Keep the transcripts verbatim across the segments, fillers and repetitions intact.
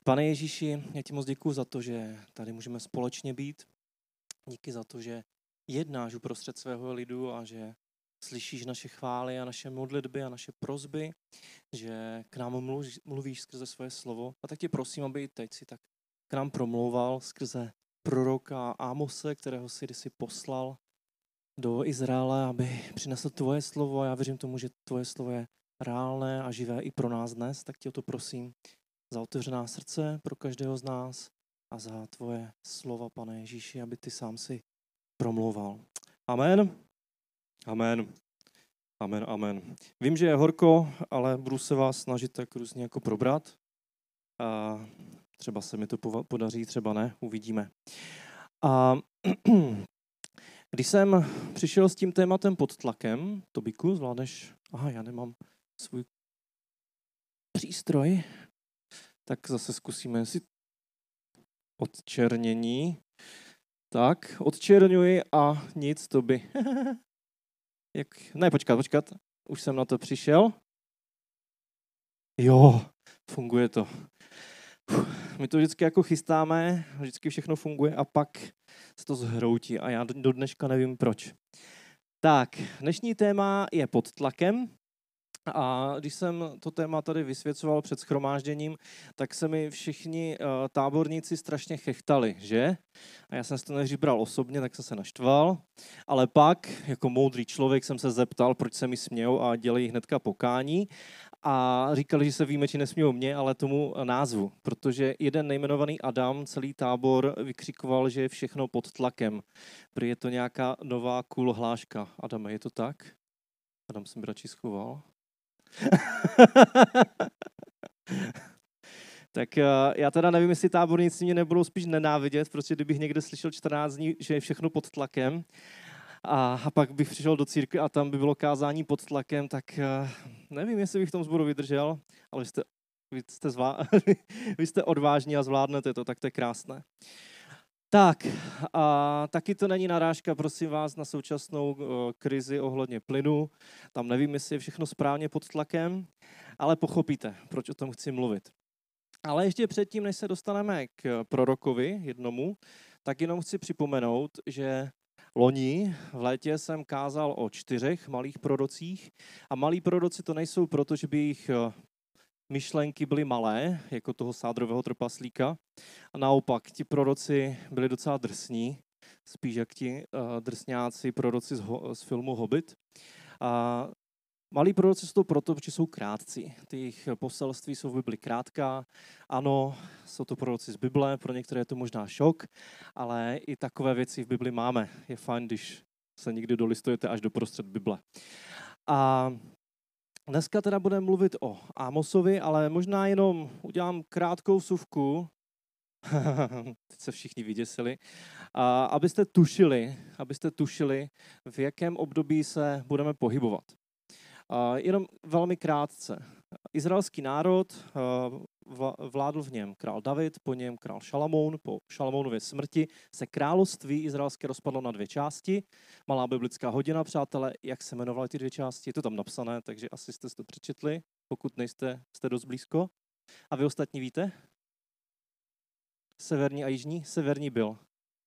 Pane Ježíši, já ti moc děkuji za to, že tady můžeme společně být. Díky za to, že jednáš uprostřed svého lidu a že slyšíš naše chvály a naše modlitby a naše prosby, že k nám mluvíš, mluvíš skrze svoje slovo. A tak tě prosím, aby i teď si tak k nám promlouval skrze proroka Ámose, kterého si kdysi poslal do Izraele, aby přinesl tvoje slovo. A já věřím tomu, že tvoje slovo je reálné a živé i pro nás dnes. Tak tě o to prosím za otevřená srdce pro každého z nás a za tvoje slova, Pane Ježíši, aby ty sám si promlouval. Amen. Amen. Amen, amen. Vím, že je horko, ale budu se vás snažit tak různě jako probrat. A třeba se mi to podaří, třeba ne, uvidíme. A když jsem přišel s tím tématem pod tlakem, Tobiku, zvládneš? Aha, já nemám svůj přístroj. Tak zase zkusíme si odčernění. Tak, odčerňuji a nic, to by... Jak... Ne, počkat, počkat. Už jsem na to přišel. Jo, funguje to. My to vždycky jako chystáme, vždycky všechno funguje a pak se to zhroutí a já do dneška nevím proč. Tak, dnešní téma je pod tlakem. A když jsem to téma tady vysvěcoval před shromážděním, tak se mi všichni uh, táborníci strašně chechtali, že? A já jsem si to nejdřív bral osobně, tak jsem se naštval. Ale pak, jako moudrý člověk, jsem se zeptal, proč se mi smějou a dělají hnedka pokání. A říkali, že se výjimeči nesmějou mě, ale tomu názvu. Protože jeden nejmenovaný Adam, celý tábor, vykřikoval, že je všechno pod tlakem. Prý je to nějaká nová cool hláška. Adame, je to tak? Adam jsem radši schoval. Tak já teda nevím, jestli táborníci mě nebudou spíš nenávidět, protože kdybych někde slyšel čtrnáct dní, že je všechno pod tlakem a, a pak bych přišel do církve a tam by bylo kázání pod tlakem, tak nevím, jestli bych v tom sboru vydržel, ale vy jste, vy jste, zvá, vy jste odvážní a zvládnete to, tak to je krásné. Tak, a taky to není narážka, prosím vás, na současnou uh, krizi ohledně plynu. Tam nevím, jestli je všechno správně pod tlakem, ale pochopíte, proč o tom chci mluvit. Ale ještě předtím, než se dostaneme k prorokovi jednomu, tak jenom chci připomenout, že loni v létě jsem kázal o čtyřech malých prorocích a malí proroci to nejsou proto, že by jich myšlenky byly malé, jako toho sádrového trpaslíka. A naopak, ti proroci byli docela drsní, spíš jak ti uh, drsňáci proroci z, ho, z filmu Hobbit. A malí proroci jsou to proto, protože jsou krátcí. Ty jejich poselství jsou v Bibli krátká. Ano, jsou to proroci z Bible, pro některé je to možná šok, ale i takové věci v Bibli máme. Je fajn, když se někdy dolistujete až do prostřed Bible. A dneska teda budeme mluvit o Ámosovi, ale možná jenom udělám krátkou vsuvku, teď se všichni vyděsili, a abyste tušili, abyste tušili, v jakém období se budeme pohybovat. A jenom velmi krátce. Izraelský národ, vládl v něm král David, po něm král Šalamoun, po Šalamounově smrti se království izraelské rozpadlo na dvě části. Malá biblická hodina, přátelé, jak se jmenovaly ty dvě části, je to tam napsané, takže asi jste si to přečetli, pokud nejste, jste dost blízko. A vy ostatní víte? Severní a jižní? Severní byl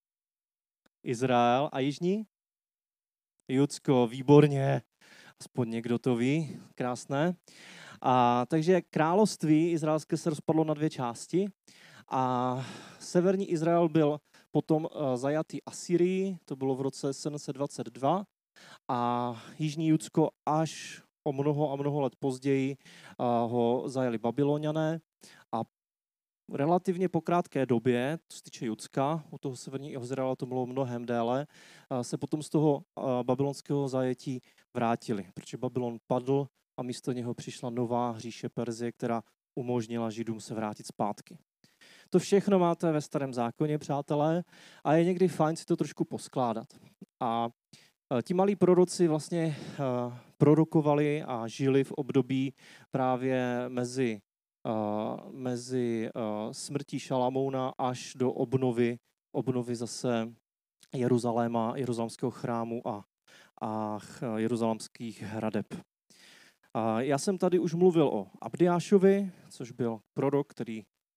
Izrael a jižní? Judsko, výborně. Aspoň někdo to ví, krásné. A, takže království izraelské se rozpadlo na dvě části a severní Izrael byl potom uh, zajatý Asyrií, to bylo v roce sedm set dvacet dva a jižní Judsko až o mnoho a mnoho let později uh, ho zajali Babyloniané a relativně po krátké době, co se týče Judska, u toho severního Izraela to bylo mnohem déle, se potom z toho babylonského zajetí vrátili, protože Babylon padl a místo něho přišla nová říše Perzie, která umožnila Židům se vrátit zpátky. To všechno máte ve Starém zákoně, přátelé, a je někdy fajn si to trošku poskládat. A ti malí proroci vlastně prorokovali a žili v období právě mezi Uh, mezi uh, smrtí Šalamouna až do obnovy, obnovy zase Jeruzaléma, jeruzalémského chrámu a, a jeruzalémských hradeb. Uh, já jsem tady už mluvil o Abdiášovi, což byl prorok, který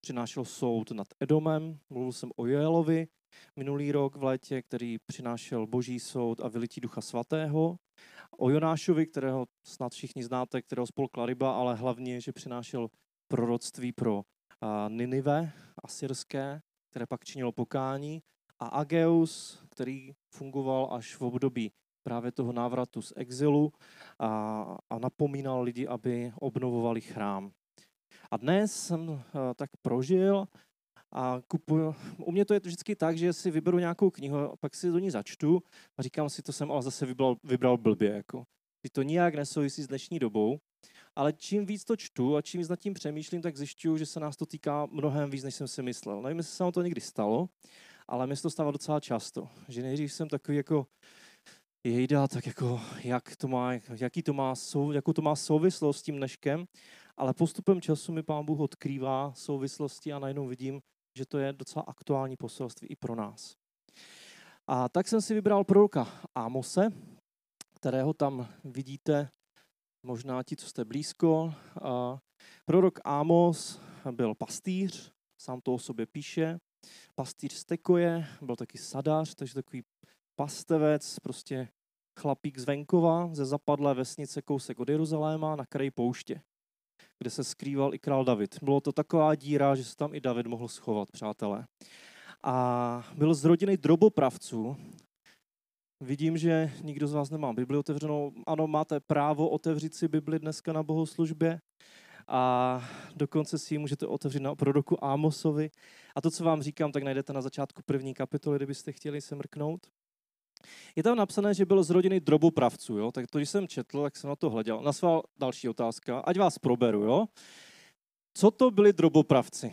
přinášel soud nad Edomem, mluvil jsem o Joelovi minulý rok v létě, který přinášel boží soud a vylití Ducha Svatého, o Jonášovi, kterého snad všichni znáte, kterého spolkla ryba, ale hlavně, že přinášel proroctví pro Ninive asyrské, které pak činilo pokání, a Ageus, který fungoval až v období právě toho návratu z exilu a, a napomínal lidi, aby obnovovali chrám. A dnes jsem uh, tak prožil a kupuju, u mě to je vždycky tak, že si vyberu nějakou knihu a pak si do ní začtu a říkám si, to jsem ale zase vybral, vybral blbě. Jako. To nijak nesouvisí s dnešní dobou, ale čím víc to čtu a čím víc nad tím přemýšlím, tak zjišťuju, že se nás to týká mnohem víc, než jsem si myslel. Nevím, jestli se vám to někdy stalo, ale mi se to stává docela často. Že nejdřív jsem takový jako jejda, tak jako jak to má, jaký to má, sou, jakou to má souvislost s tím dneškem, ale postupem času mi Pán Bůh odkrývá souvislosti a najednou vidím, že to je docela aktuální poselství i pro nás. A tak jsem si vybral proroka Ámose, kterého tam vidíte, možná ti, co jste blízko. A prorok Ámos byl pastýř, sám to o sobě píše, pastýř z Tekoje, byl taky sadář, takže takový pastevec, prostě chlapík z venkova, ze zapadlé vesnice kousek od Jeruzaléma na kraji pouště, kde se skrýval i král David. Bylo to taková díra, že se tam i David mohl schovat, přátelé. A byl z rodiny drobopravců. Vidím, že nikdo z vás nemá Bibli otevřenou. Ano, máte právo otevřít si Bibli dneska na bohoslužbě a dokonce si ji můžete otevřít na proroku Ámosovi. A to, co vám říkám, tak najdete na začátku první kapitoly, kdybyste chtěli se mrknout. Je tam napsané, že byl z rodiny drobopravců, jo? Tak to, když jsem četl, tak jsem na to hleděl. Nasval další otázka, ať vás proberu, jo? Co to byli drobopravci?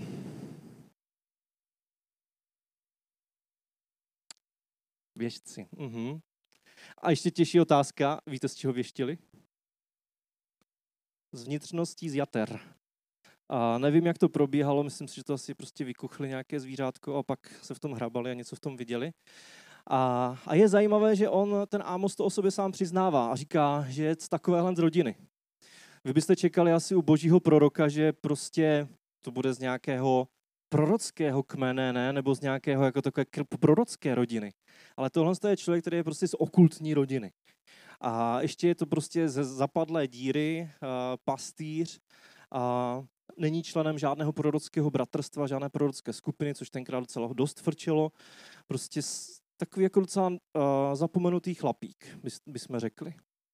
Věštci. Uh-huh. A ještě těžší otázka, víte, z čeho věštili? Z vnitřností z jater. A nevím, jak to probíhalo, myslím si, že to asi prostě vykuchli nějaké zvířátko a pak se v tom hrabali a něco v tom viděli. A, a je zajímavé, že on, ten Ámos, to o sobě sám přiznává a říká, že je z takovéhle z rodiny. Vy byste čekali asi u božího proroka, že prostě to bude z nějakého prorockého kmene, ne? Nebo z nějakého jako takové prorocké rodiny. Ale tohle je člověk, který je prostě z okultní rodiny. A ještě je to prostě ze zapadlé díry, pastýř, a není členem žádného prorockého bratrstva, žádné prorocké skupiny, což tenkrát docela dost frčelo. Prostě takový jako docela uh, zapomenutý chlapík, bychom řekli.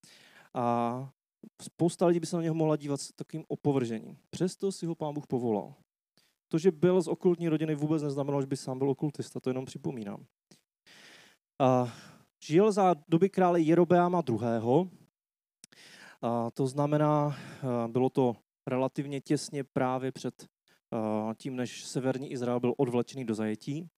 A spousta lidí by se na něho mohla dívat s takovým opovržením. Přesto si ho Pán Bůh povolal. To, že byl z okultní rodiny, vůbec neznamenalo, že by sám byl okultista, to jenom připomínám. Uh, žil za doby krále Jerobeáma druhého. Uh, to znamená, uh, bylo to relativně těsně právě před uh, tím, než severní Izrael byl odvlečený do zajetí.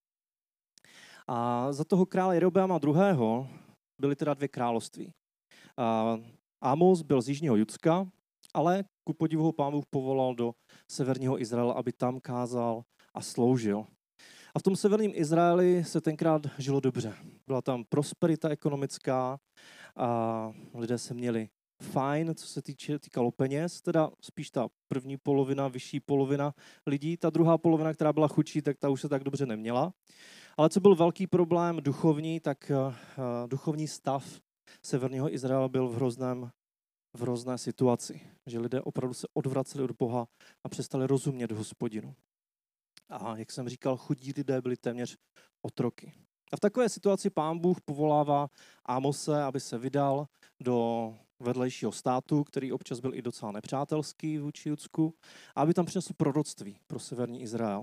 A za toho krále Jerobeáma druhého byly teda dvě království. Uh, Ámos byl z jižního Judska, ale ku podivu ho Pán Bůh povolal do severního Izraela, aby tam kázal a sloužil. A v tom severním Izraeli se tenkrát žilo dobře. Byla tam prosperita ekonomická a lidé se měli fajn, co se týče, týkalo peněz, teda spíš ta první polovina, vyšší polovina lidí. Ta druhá polovina, která byla chudší, tak ta už se tak dobře neměla. Ale co byl velký problém duchovní, tak uh, duchovní stav severního Izraela byl v hrozném, v hrozné situaci. Že lidé opravdu se odvraceli od Boha a přestali rozumět Hospodinu. A jak jsem říkal, chudí lidé byli téměř otroky. A v takové situaci Pán Bůh povolává Ámose, aby se vydal do vedlejšího státu, který občas byl i docela nepřátelský vůči Judsku, a aby tam přinesl proroctví pro severní Izrael.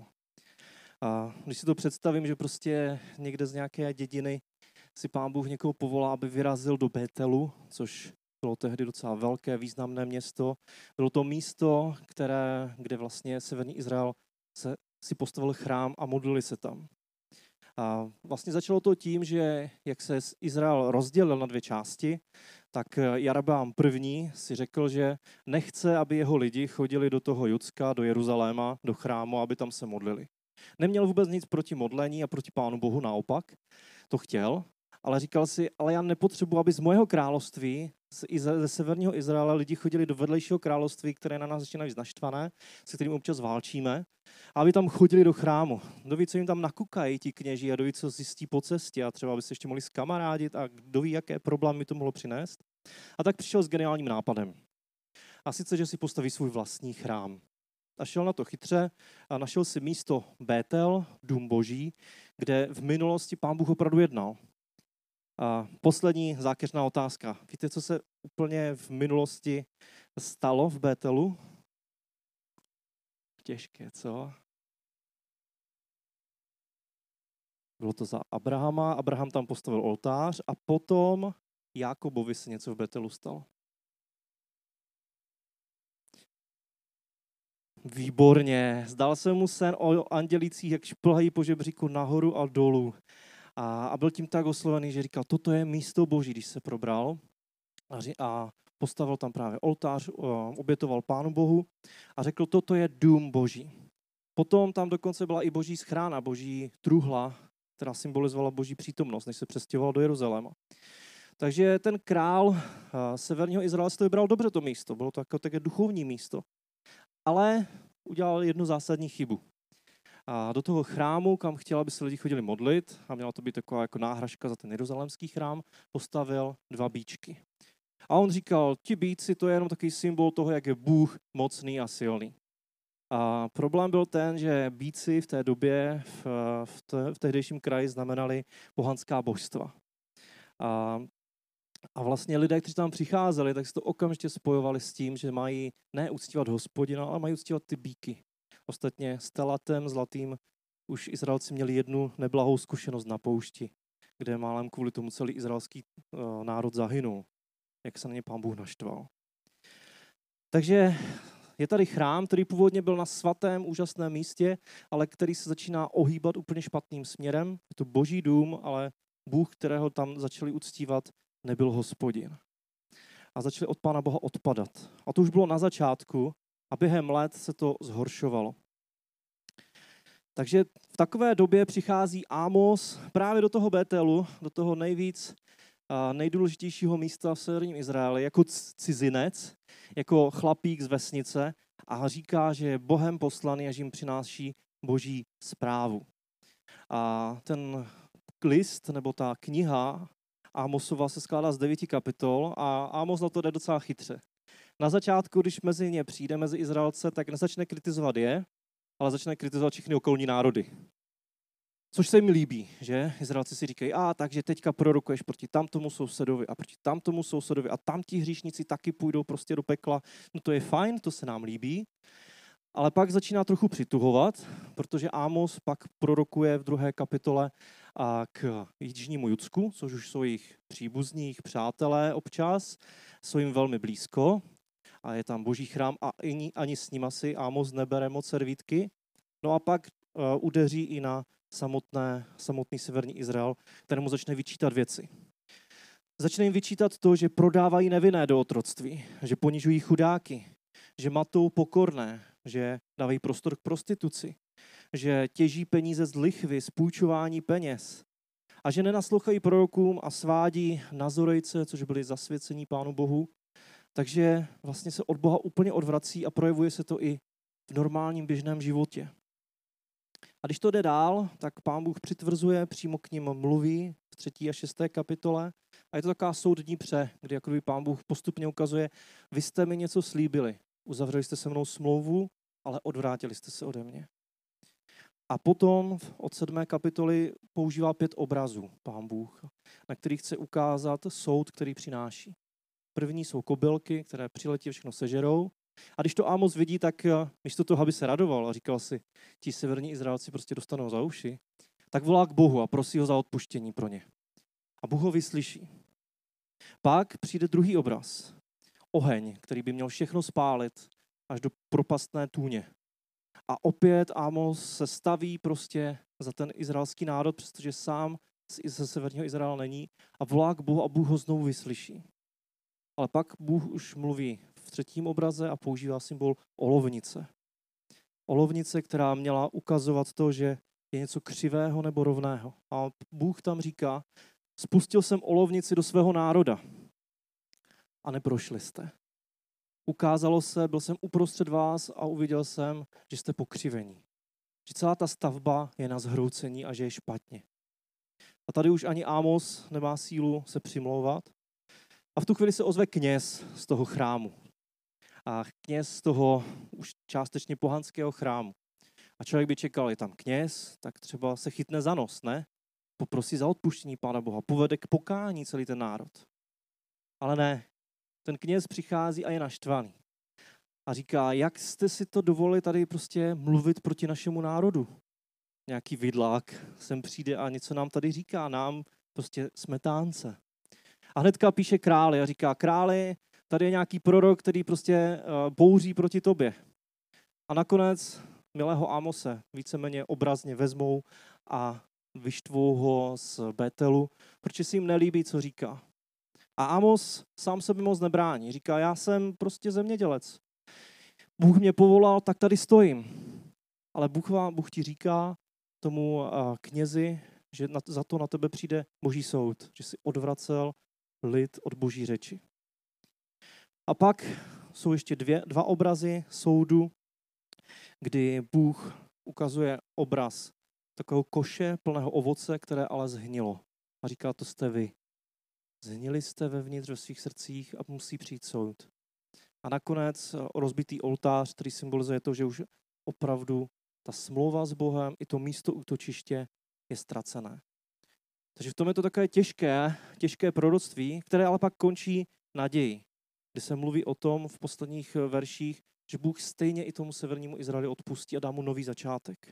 A když si to představím, že prostě někde z nějaké dědiny si Pán Bůh někoho povolá, aby vyrazil do Bételu, což bylo tehdy docela velké, významné město. Bylo to místo, které, kde vlastně severní Izrael se, si postavil chrám a modlili se tam. A vlastně začalo to tím, že jak se Izrael rozdělil na dvě části, tak Jerobeám první si řekl, že nechce, aby jeho lidi chodili do toho Judska, do Jeruzaléma, do chrámu, aby tam se modlili. Neměl vůbec nic proti modlení a proti Pánu Bohu, naopak to chtěl, Ale říkal si, ale já nepotřebuji, aby z mojeho království, ze severního Izraele, lidi chodili do vedlejšího království, které na nás začínají naštvané, se kterým občas válčíme, a aby tam chodili do chrámu. Kdo ví, co jim tam nakukají ti kněží a kdo ví, co zjistí po cestě a třeba by se ještě mohli zkamarádit a kdo ví, jaké problémy to mohlo přinést. A tak přišel s geniálním nápadem. A sice, že si postaví svůj vlastní chrám. A šel na to chytře a našel si místo Bétel, dům boží, kde v minulosti Pán Bůh opravdu jednal. A poslední zákeřná otázka. Víte, co se úplně v minulosti stalo v Bételu? Těžké, co? Bylo to za Abrahama, Abraham tam postavil oltář a potom Jákobovi se něco v Bételu stalo. Výborně. Zdal se mu sen o andělících, jak šplhají po žebříku nahoru a dolů. A, a byl tím tak oslovený, že říkal, toto je místo boží, když se probral. A, ři, a postavil tam právě oltář, obětoval Pánu Bohu a řekl, toto je dům boží. Potom tam dokonce byla i boží schrána, boží truhla, která symbolizovala boží přítomnost, než se přestěhoval do Jeruzaléma. Takže ten král severního Izraele si to vybral dobře to místo, bylo to jako také duchovní místo. Ale udělal jednu zásadní chybu. A do toho chrámu, kam chtěl, aby se lidi chodili modlit, a měla to být taková jako náhražka za ten jeruzalémský chrám, postavil dva býčky. A on říkal, ti býci, to je jenom takový symbol toho, jak je Bůh mocný a silný. A problém byl ten, že býci v té době, v, v, te, v tehdejším kraji znamenali pohanská božstva. A A vlastně lidé, kteří tam přicházeli, tak se to okamžitě spojovali s tím, že mají ne uctívat Hospodina, ale mají uctívat ty býky. Ostatně s telatem zlatým už Izraelci měli jednu neblahou zkušenost na poušti, kde málem kvůli tomu celý izraelský uh, národ zahynul, jak se na ně Pán Bůh naštval. Takže je tady chrám, který původně byl na svatém, úžasném místě, ale který se začíná ohýbat úplně špatným směrem. Je to boží dům, ale Bůh, kterého tam začali uctívat, nebyl Hospodin. A začali od Pána Boha odpadat. A to už bylo na začátku a během let se to zhoršovalo. Takže v takové době přichází Ámos právě do toho Bételu, do toho nejvíc nejdůležitějšího místa v severním Izraeli, jako cizinec, jako chlapík z vesnice a říká, že je Bohem poslaný a že jim přináší boží zprávu. A ten list, nebo ta kniha Ámosova se skládá z devíti kapitol a Ámos na to jde docela chytře. Na začátku, když mezi ně přijde, mezi Izraelce, tak nezačne kritizovat je, ale začne kritizovat všechny okolní národy. Což se mi líbí, že? Izraelci si říkají, a takže teďka prorokuješ proti tamtomu sousedovi a proti tamtomu sousedovi a tam ti hříšníci taky půjdou prostě do pekla. No to je fajn, to se nám líbí. Ale pak začíná trochu přituhovat, protože Ámos pak prorokuje v druhé kapitole k jižnímu Judsku, což už jsou jejich příbuzní, jejich přátelé občas, jsou jim velmi blízko a je tam boží chrám a ani, ani s nima si Ámos nebere moc servítky. No a pak uh, udeří i na samotné, samotný severní Izrael, kterému začne vyčítat věci. Začne jim vyčítat to, že prodávají nevinné do otroctví, že ponižují chudáky, že matou pokorné, že dávají prostor k prostituci, že těží peníze z lichvy, z půjčování peněz a že nenaslouchají prorokům a svádí nazorejce, což byli zasvěcení Pánu Bohu. Takže vlastně se od Boha úplně odvrací a projevuje se to i v normálním běžném životě. A když to jde dál, tak Pán Bůh přitvrzuje, přímo k nim mluví v třetí a šesté kapitole. A je to taková soudní pře, kdy jakoby Pán Bůh postupně ukazuje, vy jste mi něco slíbili, uzavřeli jste se mnou smlouvu, ale odvrátili jste se ode mě. A potom od sedmé kapitoly používá pět obrazů Pán Bůh, na kterých chce ukázat soud, který přináší. První jsou kobylky, které přiletí všechno sežerou. A když to Ámos vidí, tak místo toho, aby se radoval a říkal si, ti severní Izraelci prostě dostanou za uši, tak volá k Bohu a prosí ho za odpuštění pro ně. A Bůh ho vyslyší. Pak přijde druhý obraz. Oheň, který by měl všechno spálit až do propastné tůně. A opět Ámos se staví prostě za ten izraelský národ, přestože sám ze severního Izraela není a volá k Bohu a Bůh ho znovu vyslyší. Ale pak Bůh už mluví v třetím obraze a používá symbol olovnice. Olovnice, která měla ukazovat to, že je něco křivého nebo rovného. A Bůh tam říká, Spustil jsem olovnici do svého národa a neprošli jste. Ukázalo se, byl jsem uprostřed vás a uviděl jsem, že jste pokřivení. Že celá ta stavba je na zhroucení a že je špatně. A tady už ani Ámos nemá sílu se přimlouvat. A v tu chvíli se ozve kněz z toho chrámu. A kněz z toho už částečně pohanského chrámu. A člověk by čekal, je tam kněz, tak třeba se chytne za nos, ne? Poprosí za odpuštění Pána Boha, povede k pokání celý ten národ. Ale ne, ten kněz přichází a je naštvaný. A říká, jak jste si to dovolili tady prostě mluvit proti našemu národu? Nějaký vidlák sem přijde a něco nám tady říká, nám prostě smetánce. A hnedka píše králi a říká, králi, tady je nějaký prorok, který prostě bouří proti tobě. A nakonec milého Ámose víceméně obrazně vezmou a vyštvou ho z Betelu, protože si jim nelíbí, co říká. A Ámos sám sebe moc nebrání. Říká, já jsem prostě zemědělec. Bůh mě povolal, tak tady stojím. Ale Bůh, vám, Bůh ti říká tomu knězi, že za to na tebe přijde boží soud, že jsi odvracel lid od boží řeči. A pak jsou ještě dvě, dva obrazy soudu, kdy Bůh ukazuje obraz takového koše plného ovoce, které ale zhnilo. A říká, to jste vy. Zhnili jste vevnitř ve svých srdcích a musí přijít soud. A nakonec rozbitý oltář, který symbolizuje to, že už opravdu ta smlouva s Bohem i to místo útočiště je ztracené. Takže v tom je to takové těžké, těžké proroctví, které ale pak končí naději, kdy se mluví o tom v posledních verších, že Bůh stejně i tomu severnímu Izraeli odpustí a dá mu nový začátek.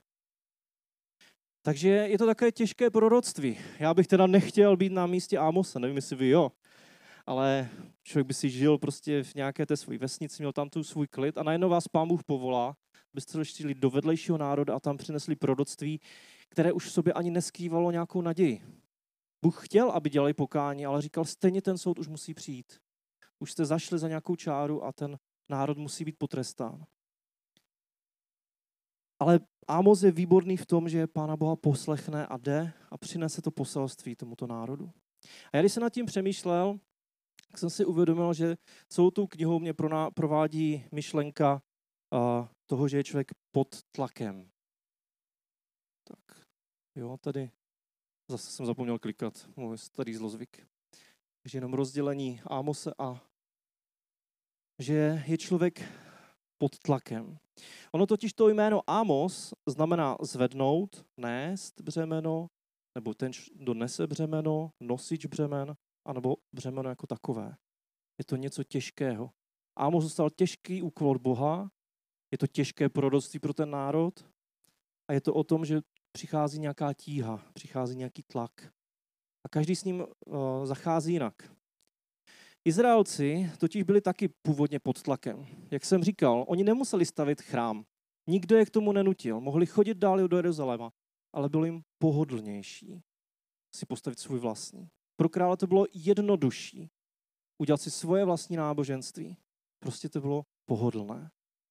Takže je to takové těžké proroctví. Já bych teda nechtěl být na místě Ámose, nevím, jestli vy jo, ale člověk by si žil prostě v nějaké té své vesnici, měl tam tu svůj klid a najednou vás Pán Bůh povolá, abyste šli do vedlejšího národa a tam přinesli proroctví, které už v sobě ani neskrývalo nějakou naději. Bůh chtěl, aby dělali pokání, ale říkal, stejně ten soud už musí přijít. Už jste zašli za nějakou čáru a ten národ musí být potrestán. Ale Ámos je výborný v tom, že Pána Boha poslechne a jde a přinese to poselství tomuto národu. A já když jsem nad tím přemýšlel, tak jsem si uvědomil, že celou tou knihou mě provádí myšlenka uh, toho, že je člověk pod tlakem. Tak, jo, tady zase jsem zapomněl klikat, můj starý zlozvyk. Takže jenom rozdělení Ámose a že je člověk pod tlakem. Ono totiž to jméno Ámos znamená zvednout, nést břemeno, nebo ten, kdo nese břemeno, nosič břemen, anebo břemeno jako takové. Je to něco těžkého. Ámos dostal těžký úkol od Boha, je to těžké proroctví pro ten národ a je to o tom, že přichází nějaká tíha, přichází nějaký tlak. A každý s ním uh, zachází jinak. Izraelci totiž byli taky původně pod tlakem. Jak jsem říkal, oni nemuseli stavit chrám. Nikdo je k tomu nenutil. Mohli chodit dál do Jeruzaléma, ale bylo jim pohodlnější si postavit svůj vlastní. Pro krále to bylo jednodušší udělat si svoje vlastní náboženství. Prostě to bylo pohodlné.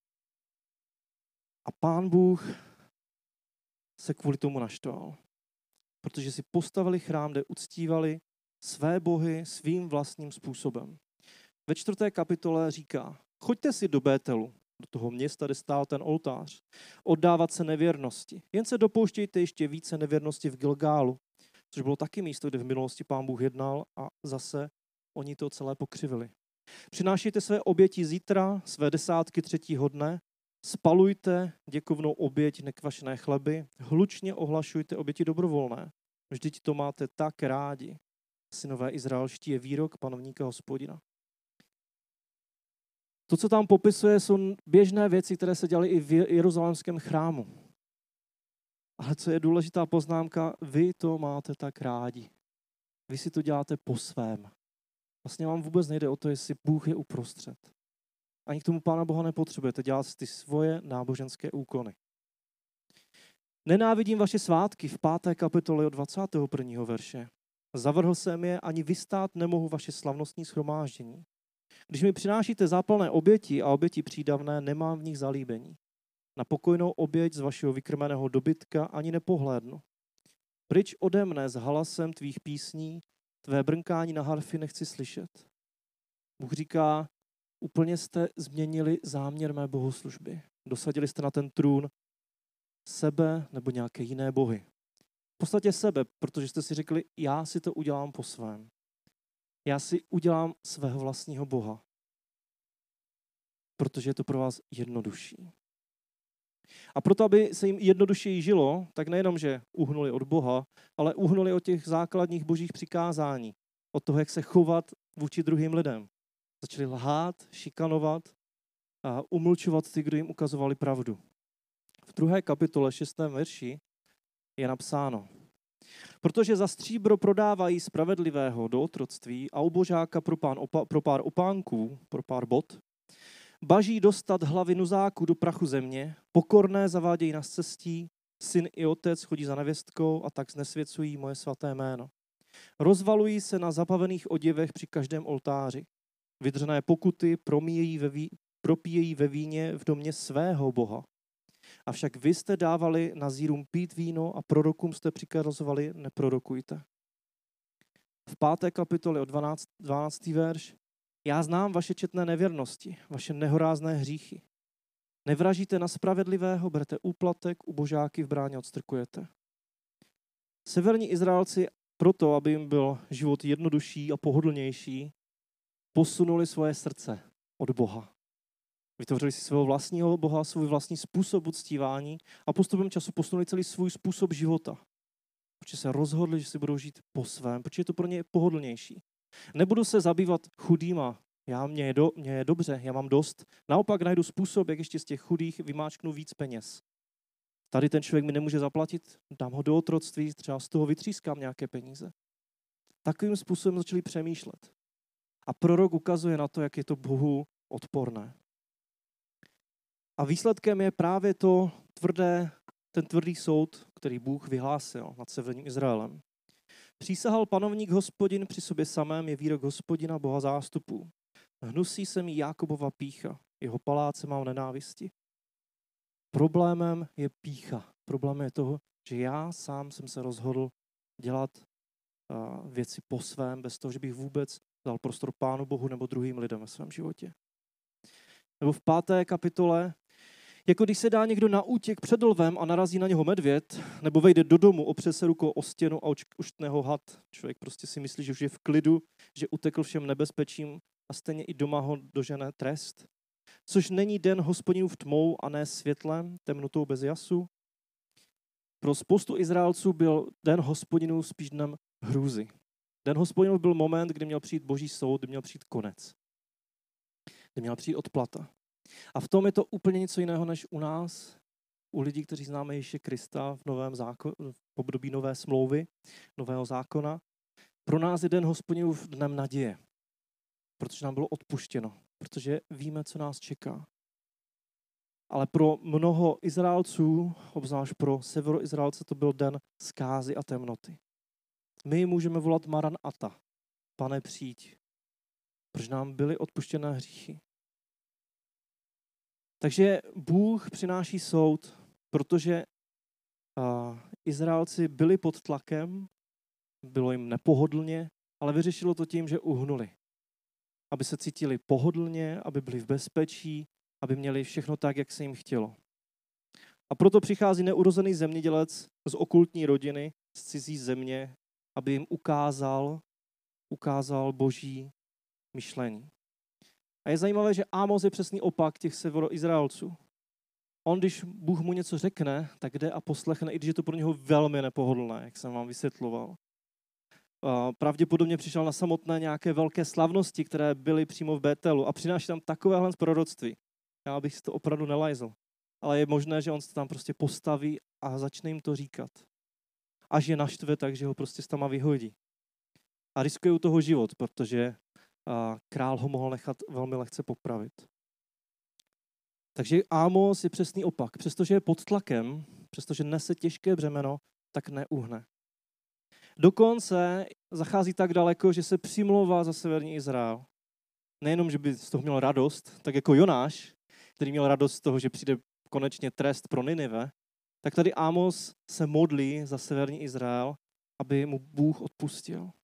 A Pán Bůh se kvůli tomu naštval. Protože si postavili chrám, kde uctívali své bohy svým vlastním způsobem. Ve čtvrté kapitole říká, choďte si do Bételu, do toho města, kde stál ten oltář, oddávat se nevěrnosti. Jen se dopouštějte ještě více nevěrnosti v Gilgálu, což bylo taky místo, kde v minulosti Pán Bůh jednal a zase oni to celé pokřivili. Přinášejte své oběti zítra, své desátky třetího dne, spalujte děkovnou oběť nekvašené chleby, hlučně ohlašujte oběti dobrovolné. Vždyť to máte tak rádi. Synové izraelští je výrok panovníka Hospodina. To, co tam popisuje, jsou běžné věci, které se dělaly i v jeruzalémském chrámu. Ale co je důležitá poznámka, vy to máte tak rádi. Vy si to děláte po svém. Vlastně vám vůbec nejde o to, jestli Bůh je uprostřed. Ani k tomu Pána Boha nepotřebujete dělat ty svoje náboženské úkony. Nenávidím vaše svátky v páté kapitole od dvacátého prvního verše. Zavrhl jsem je, ani vystát nemohu vaše slavnostní shromáždění. Když mi přinášíte zápalné oběti a oběti přídavné, nemám v nich zalíbení. Na pokojnou oběť z vašeho vykrmeného dobytka ani nepohlédnu. Pryč ode mne s halasem tvých písní, tvé brnkání na harfy nechci slyšet. Bůh říká, úplně jste změnili záměr mé bohoslužby. Dosadili jste na ten trůn sebe nebo nějaké jiné bohy. V podstatě sebe, protože jste si řekli, já si to udělám po svém. Já si udělám svého vlastního boha. Protože je to pro vás jednodušší. A proto, aby se jim jednodušeji žilo, tak nejenom, že uhnuli od Boha, ale uhnuli od těch základních božích přikázání. Od toho, jak se chovat vůči druhým lidem. Začali lhát, šikanovat a umlčovat ty, kdo jim ukazovali pravdu. V druhé kapitole, šestém verši je napsáno: Protože za stříbro prodávají spravedlivého do otroctví a ubožáka pro, pán opa, pro pár opánků, pro pár bot, baží dostat hlavy nuzáků do prachu země, pokorné zavádějí na cestí, syn i otec chodí za nevěstkou a tak znesvěcují moje svaté jméno. Rozvalují se na zapavených oděvech při každém oltáři. Vydřené pokuty promíjejí ve ví, propíjejí ve víně v domě svého boha. Avšak vy jste dávali nazírům pít víno a prorokům jste přikazovali neprorokujte. V páté kapitole od dvanáctý verš. Já znám vaše četné nevěrnosti, vaše nehorázné hříchy. Nevražíte na spravedlivého, berete úplatek, ubožáky v bráně odstrkujete. Severní Izraelci proto, aby jim byl život jednodušší a pohodlnější, posunuli svoje srdce od Boha. Vytvořili si svého vlastního Boha, svůj vlastní způsob uctívání a postupem času posunuli celý svůj způsob života. Protože se rozhodli, že si budou žít po svém, protože je to pro ně pohodlnější. Nebudu se zabývat chudýma, já, mě, je do, mě je dobře, já mám dost. Naopak najdu způsob, jak ještě z těch chudých vymáčknu víc peněz. Tady ten člověk mi nemůže zaplatit, dám ho do otroctví, třeba z toho vytřískám nějaké peníze. Takovým způsobem začali přemýšlet. A prorok ukazuje na to, jak je to Bohu odporné. A výsledkem je právě to tvrdé, ten tvrdý soud, který Bůh vyhlásil nad severním Izraelem. Přísahal panovník Hospodin při sobě samém je výrok Hospodina, Boha zástupů. Hnusí se mi Jákobova pýcha, jeho paláce mám nenávisti. Problémem je pýcha. Problémem je toho, že já sám jsem se rozhodl dělat uh, věci po svém, bez toho, že bych vůbec dal prostor Pánu Bohu nebo druhým lidem ve svém životě. Nebo v páté kapitole, jako když se dá někdo na útěk před lvem a narazí na něho medvěd, nebo vejde do domu, opře se rukou o stěnu a uštne ho had. Člověk prostě si myslí, že už je v klidu, že utekl všem nebezpečím a stejně i doma ho dožene trest. Což není den Hospodinův tmou a ne světlem, temnotou bez jasu. Pro spoustu Izraelců byl den Hospodinův spíš dnem hrůzy. Den Hospodinův byl moment, kdy měl přijít boží soud, kdy měl přijít konec. Kdy měla přijít odplata. A v tom je to úplně něco jiného než u nás, u lidí, kteří známe Ježíše Krista v novém zákonu, v období nové smlouvy, nového zákona. Pro nás je den Hospodinův dnem naděje, protože nám bylo odpuštěno, protože víme, co nás čeká. Ale pro mnoho Izraelců, obzvlášť pro severoizraelce, to byl den zkázy a temnoty. My můžeme volat Maran Ata, Pane přijď, protože nám byly odpuštěné hříchy. Takže Bůh přináší soud, protože uh, Izraelci byli pod tlakem, bylo jim nepohodlně, ale vyřešilo to tím, že uhnuli. Aby se cítili pohodlně, aby byli v bezpečí, aby měli všechno tak, jak se jim chtělo. A proto přichází neurozený zemědělec z okultní rodiny, z cizí země, aby jim ukázal, ukázal boží myšlení. A je zajímavé, že Ámos je přesný opak těch severoizraelců. On, když Bůh mu něco řekne, tak jde a poslechne, i když je to pro něho velmi nepohodlné, jak jsem vám vysvětloval. Pravděpodobně přišel na samotné nějaké velké slavnosti, které byly přímo v Bételu a přináší tam takovéhle proroctví. Já bych si to opravdu nelajzl. Ale je možné, že on se tam prostě postaví a začne jim to říkat. Až je naštve, takže ho prostě s tama vyhodí. A riskuje u toho život, protože a král ho mohl nechat velmi lehce popravit. Takže Ámos je přesný opak. Přestože je pod tlakem, přestože nese těžké břemeno, tak neuhne. Dokonce zachází tak daleko, že se přimlouvá za severní Izrael. Nejenom, že by z toho měl radost, tak jako Jonáš, který měl radost z toho, že přijde konečně trest pro Ninive, tak tady Ámos se modlí za severní Izrael, aby mu Bůh odpustil.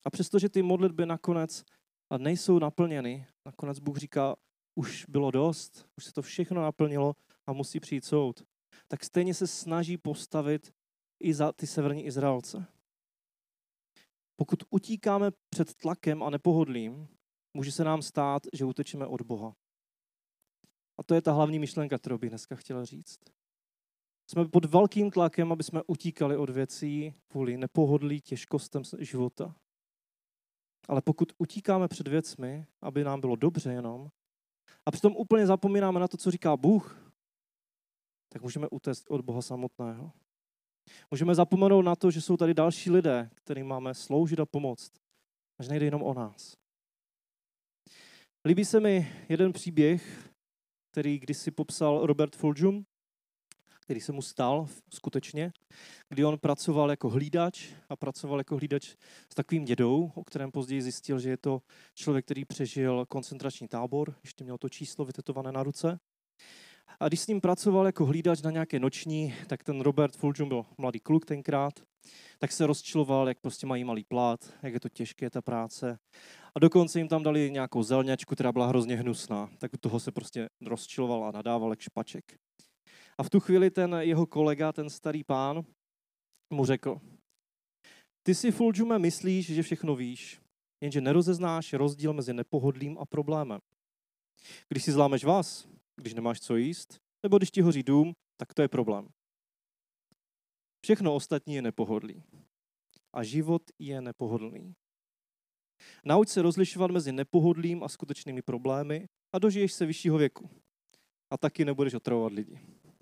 A přestože ty modlitby nakonec nejsou naplněny, nakonec Bůh říká, už bylo dost, už se to všechno naplnilo a musí přijít soud, tak stejně se snaží postavit i za ty severní Izraelce. Pokud utíkáme před tlakem a nepohodlím, může se nám stát, že utečeme od Boha. A to je ta hlavní myšlenka, kterou bych dneska chtěla říct. Jsme pod velkým tlakem, aby jsme utíkali od věcí kvůli nepohodlí, těžkostem života. Ale pokud utíkáme před věcmi, aby nám bylo dobře jenom, a přitom úplně zapomínáme na to, co říká Bůh, tak můžeme utéct od Boha samotného. Můžeme zapomenout na to, že jsou tady další lidé, kterým máme sloužit a pomoct. Až nejde jenom o nás. Líbí se mi jeden příběh, který kdysi popsal Robert Fulghum, který se mu stal skutečně, kdy on pracoval jako hlídač a pracoval jako hlídač s takovým dědou, o kterém později zjistil, že je to člověk, který přežil koncentrační tábor, ještě měl to číslo vytetované na ruce. A když s ním pracoval jako hlídač na nějaké noční, tak ten Robert Fulghum byl mladý kluk tenkrát, tak se rozčiloval, jak prostě mají malý plat, jak je to těžké ta práce. A dokonce jim tam dali nějakou zelňačku, která byla hrozně hnusná. Tak u toho se prostě rozčiloval a nadával jak špaček. A v tu chvíli ten jeho kolega, ten starý pán, mu řekl, ty si, Fulghume, myslíš, že všechno víš, jenže nerozeznáš rozdíl mezi nepohodlím a problémem. Když si zlámeš vás, když nemáš co jíst, nebo když ti hoří dům, tak to je problém. Všechno ostatní je nepohodlí. A život je nepohodlný. Nauč se rozlišovat mezi nepohodlím a skutečnými problémy a dožiješ se vyššího věku. A taky nebudeš otravovat lidi.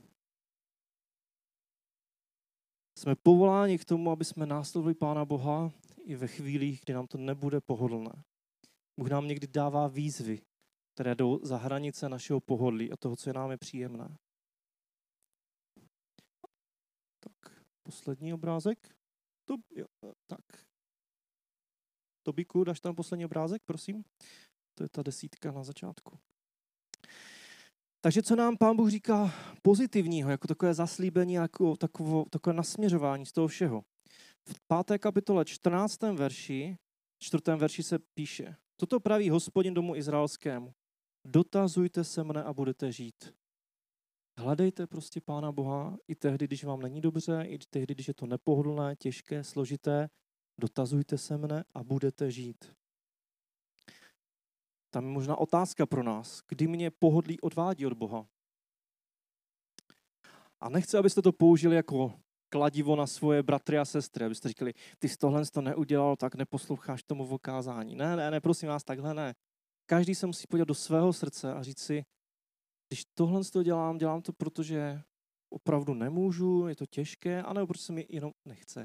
Jsme povoláni k tomu, aby jsme následovali Pána Boha i ve chvílích, kdy nám to nebude pohodlné. Bůh nám někdy dává výzvy, které jdou za hranice našeho pohodlí a toho, co je nám je příjemné. Tak, poslední obrázek. To, jo, tak. Tobíku, dáš tam poslední obrázek, prosím? To je ta desítka na začátku. Takže co nám Pán Bůh říká pozitivního, jako takové zaslíbení, jako takové, takové nasměřování z toho všeho. V páté kapitole čtrnáctém verši, čtvrtém verši se píše, toto praví Hospodin domu izraelskému. Dotazujte se mne a budete žít. Hledejte prostě Pána Boha i tehdy, když vám není dobře, i tehdy, když je to nepohodlné, těžké, složité. Dotazujte se mne a budete žít. Tam je možná otázka pro nás, kdy mě pohodlí odvádí od Boha. A nechci, abyste to použili jako kladivo na svoje bratry a sestry, abyste říkali, ty jsi tohle to neudělal, tak neposloucháš tomu v okázání. Ne, ne, ne, prosím vás, takhle ne. Každý se musí podívat do svého srdce a říct si, když tohle to dělám, dělám to, protože opravdu nemůžu, je to těžké, anebo protože se mi jenom nechce.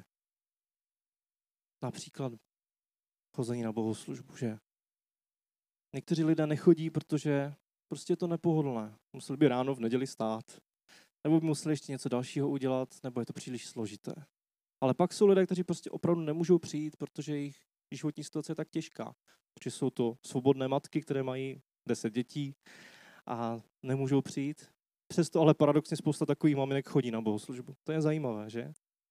Například chození na bohoslužbu, že? Někteří lidé nechodí, protože prostě je to nepohodlné. Museli by ráno v neděli stát. Nebo by museli ještě něco dalšího udělat, nebo je to příliš složité. Ale pak jsou lidé, kteří prostě opravdu nemůžou přijít, protože jejich životní situace je tak těžká. Protože jsou to svobodné matky, které mají deset dětí a nemůžou přijít. Přesto ale paradoxně spousta takových maminek chodí na bohoslužbu. To je zajímavé, že?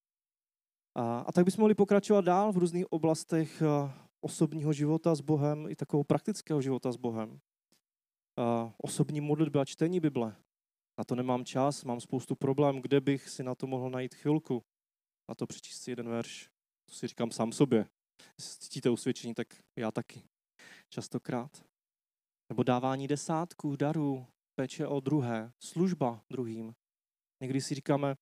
A, a tak bychom mohli pokračovat dál v různých oblastech osobního života s Bohem i takového praktického života s Bohem. A osobní modlitba a čtení Bible. Na to nemám čas, mám spoustu problémů, kde bych si na to mohl najít chvilku. Na to přečíst si jeden verš. To si říkám sám sobě. Jestli cítíte usvědčení, tak já taky. Častokrát. Nebo dávání desátků, darů, péče o druhé, služba druhým. Někdy si říkáme,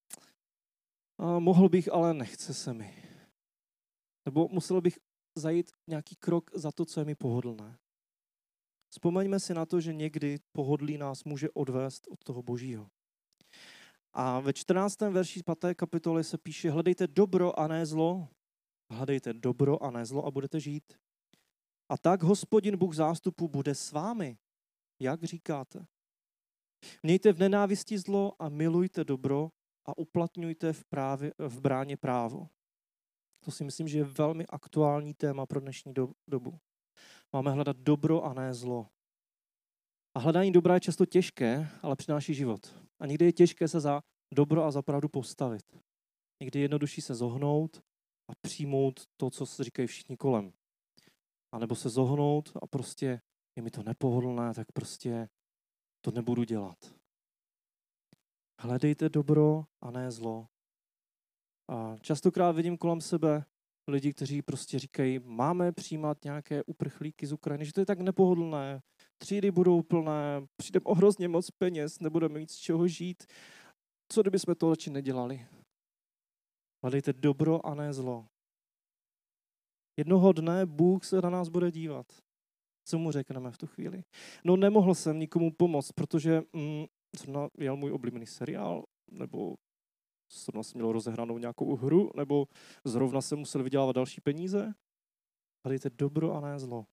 a mohl bych, ale nechce se mi. Nebo musel bych zajít nějaký krok za to, co je mi pohodlné. Vzpomeňme si na to, že někdy pohodlí nás může odvést od toho Božího. A ve čtrnáctém verši páté kapitoly se píše, hledejte dobro a ne zlo. Hledejte dobro a ne zlo a budete žít. A tak Hospodin Bůh zástupu bude s vámi, jak říkáte. Mějte v nenávisti zlo a milujte dobro a uplatňujte v, právě, v bráně právo. To si myslím, že je velmi aktuální téma pro dnešní dobu. Máme hledat dobro a ne zlo. A hledání dobra je často těžké, ale přináší život. A někdy je těžké se za dobro a za pravdu postavit. Někdy je jednodušší se zohnout a přijmout to, co se říkají všichni kolem. A nebo se zohnout a prostě je mi to nepohodlné, tak prostě to nebudu dělat. Hledejte dobro a ne zlo. A častokrát vidím kolem sebe lidi, kteří prostě říkají, máme přijímat nějaké uprchlíky z Ukrajiny, že to je tak nepohodlné, třídy budou plné, přijde o hrozně moc peněz, nebudeme mít z čeho žít. Co kdybychom to radši nedělali? Hledejte dobro a ne zlo. Jednoho dne Bůh se na nás bude dívat. Co mu řekneme v tu chvíli? No nemohl jsem nikomu pomoct, protože mm, zrovna jel můj oblíbený seriál, nebo zrovna jsem měl rozehranou nějakou hru, nebo zrovna jsem musel vydělávat další peníze. Hledejte dobro a ne zlo.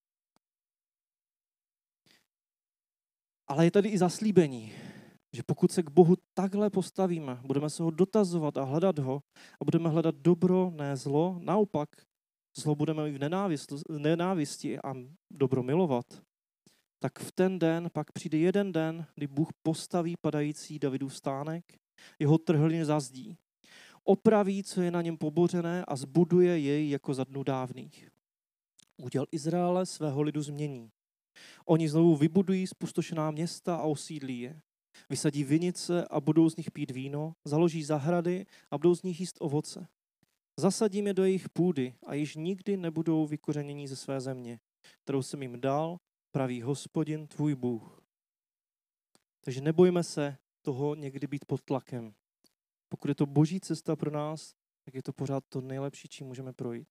Ale je tady i zaslíbení, že pokud se k Bohu takhle postavíme, budeme se ho dotazovat a hledat ho a budeme hledat dobro, ne zlo, naopak zlo budeme mít v nenávisti a dobro milovat, tak v ten den pak přijde jeden den, kdy Bůh postaví padající Davidův stánek, jeho trhliny zazdí, opraví, co je na něm pobořené a zbuduje jej jako za dnů dávných. Úděl Izraele svého lidu změní. Oni znovu vybudují zpustošená města a osídlí je. Vysadí vinice a budou z nich pít víno, založí zahrady a budou z nich jíst ovoce. Zasadím je do jejich půdy a již nikdy nebudou vykořenění ze své země, kterou jsem jim dal, praví Hospodin, tvůj Bůh. Takže nebojme se toho někdy být pod tlakem. Pokud je to boží cesta pro nás, tak je to pořád to nejlepší, čím můžeme projít.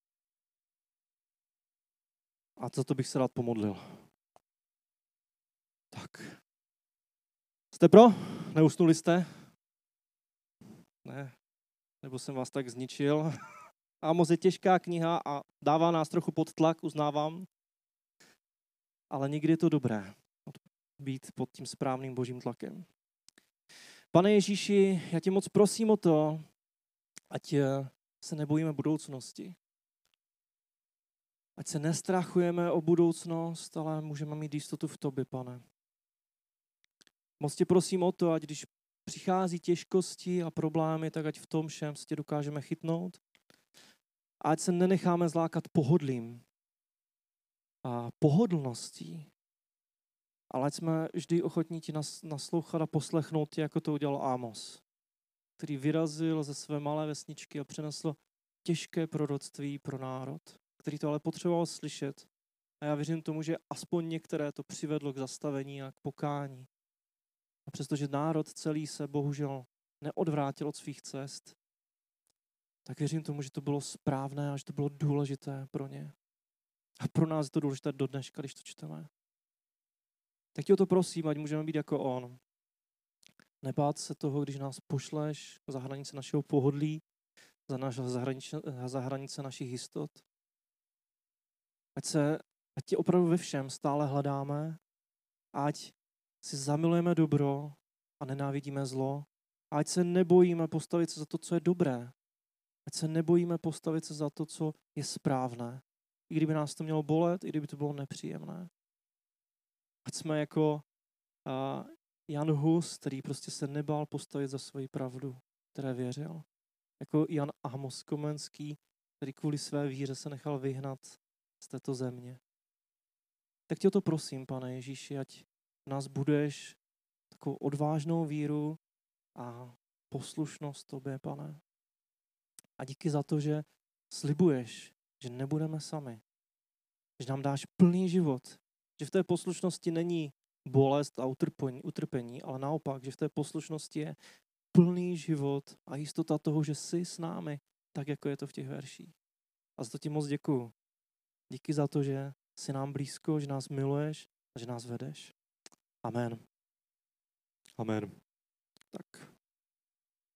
A za to bych se rád pomodlil. Tak. Jste pro? Neusnuli jste? Ne. Nebo jsem vás tak zničil. Amos je těžká kniha a dává nás trochu pod tlak, uznávám. Ale někdy je to dobré být pod tím správným božím tlakem. Pane Ježíši, já tě moc prosím o to, ať se nebojíme budoucnosti. Ať se nestrachujeme o budoucnost, ale můžeme mít jistotu v tobě, Pane. Moc tě prosím o to, ať když přichází těžkosti a problémy, tak ať v tom všem se tě dokážeme chytnout. A ať se nenecháme zlákat pohodlím a pohodlností, ale ať jsme vždy ochotní ti naslouchat a poslechnout tě, jako to udělal Amos, který vyrazil ze své malé vesničky a přinesl těžké proroctví pro národ, který to ale potřeboval slyšet. A já věřím tomu, že aspoň některé to přivedlo k zastavení a k pokání. A přestože národ celý se bohužel neodvrátil od svých cest, tak věřím tomu, že to bylo správné a že to bylo důležité pro ně. A pro nás je to důležité do dneška, když to čteme. Tak tě o to prosím, ať můžeme být jako on. Nebát se toho, když nás pošleš za hranice našeho pohodlí, za, naš, za, hranice, za hranice našich jistot. Ať, se, ať tě opravdu ve všem stále hledáme, ať si zamilujeme dobro a nenávidíme zlo. A ať se nebojíme postavit se za to, co je dobré. Ať se nebojíme postavit se za to, co je správné. I kdyby nás to mělo bolet, i kdyby to bylo nepříjemné. Ať jsme jako uh, Jan Hus, který prostě se nebál postavit za svoji pravdu, které věřil. Jako Jan Amos Komenský, který kvůli své víře se nechal vyhnat z této země. Tak tě o to prosím, Pane Ježíši, ať v nás budeš takovou odvážnou víru a poslušnost tobě, Pane. A díky za to, že slibuješ, že nebudeme sami. Že nám dáš plný život. Že v té poslušnosti není bolest a utrpení, utrpení, ale naopak, že v té poslušnosti je plný život a jistota toho, že jsi s námi, tak jako je to v těch verších. A za to ti moc děkuju. Díky za to, že jsi nám blízko, že nás miluješ a že nás vedeš. Amen. Amen. Tak.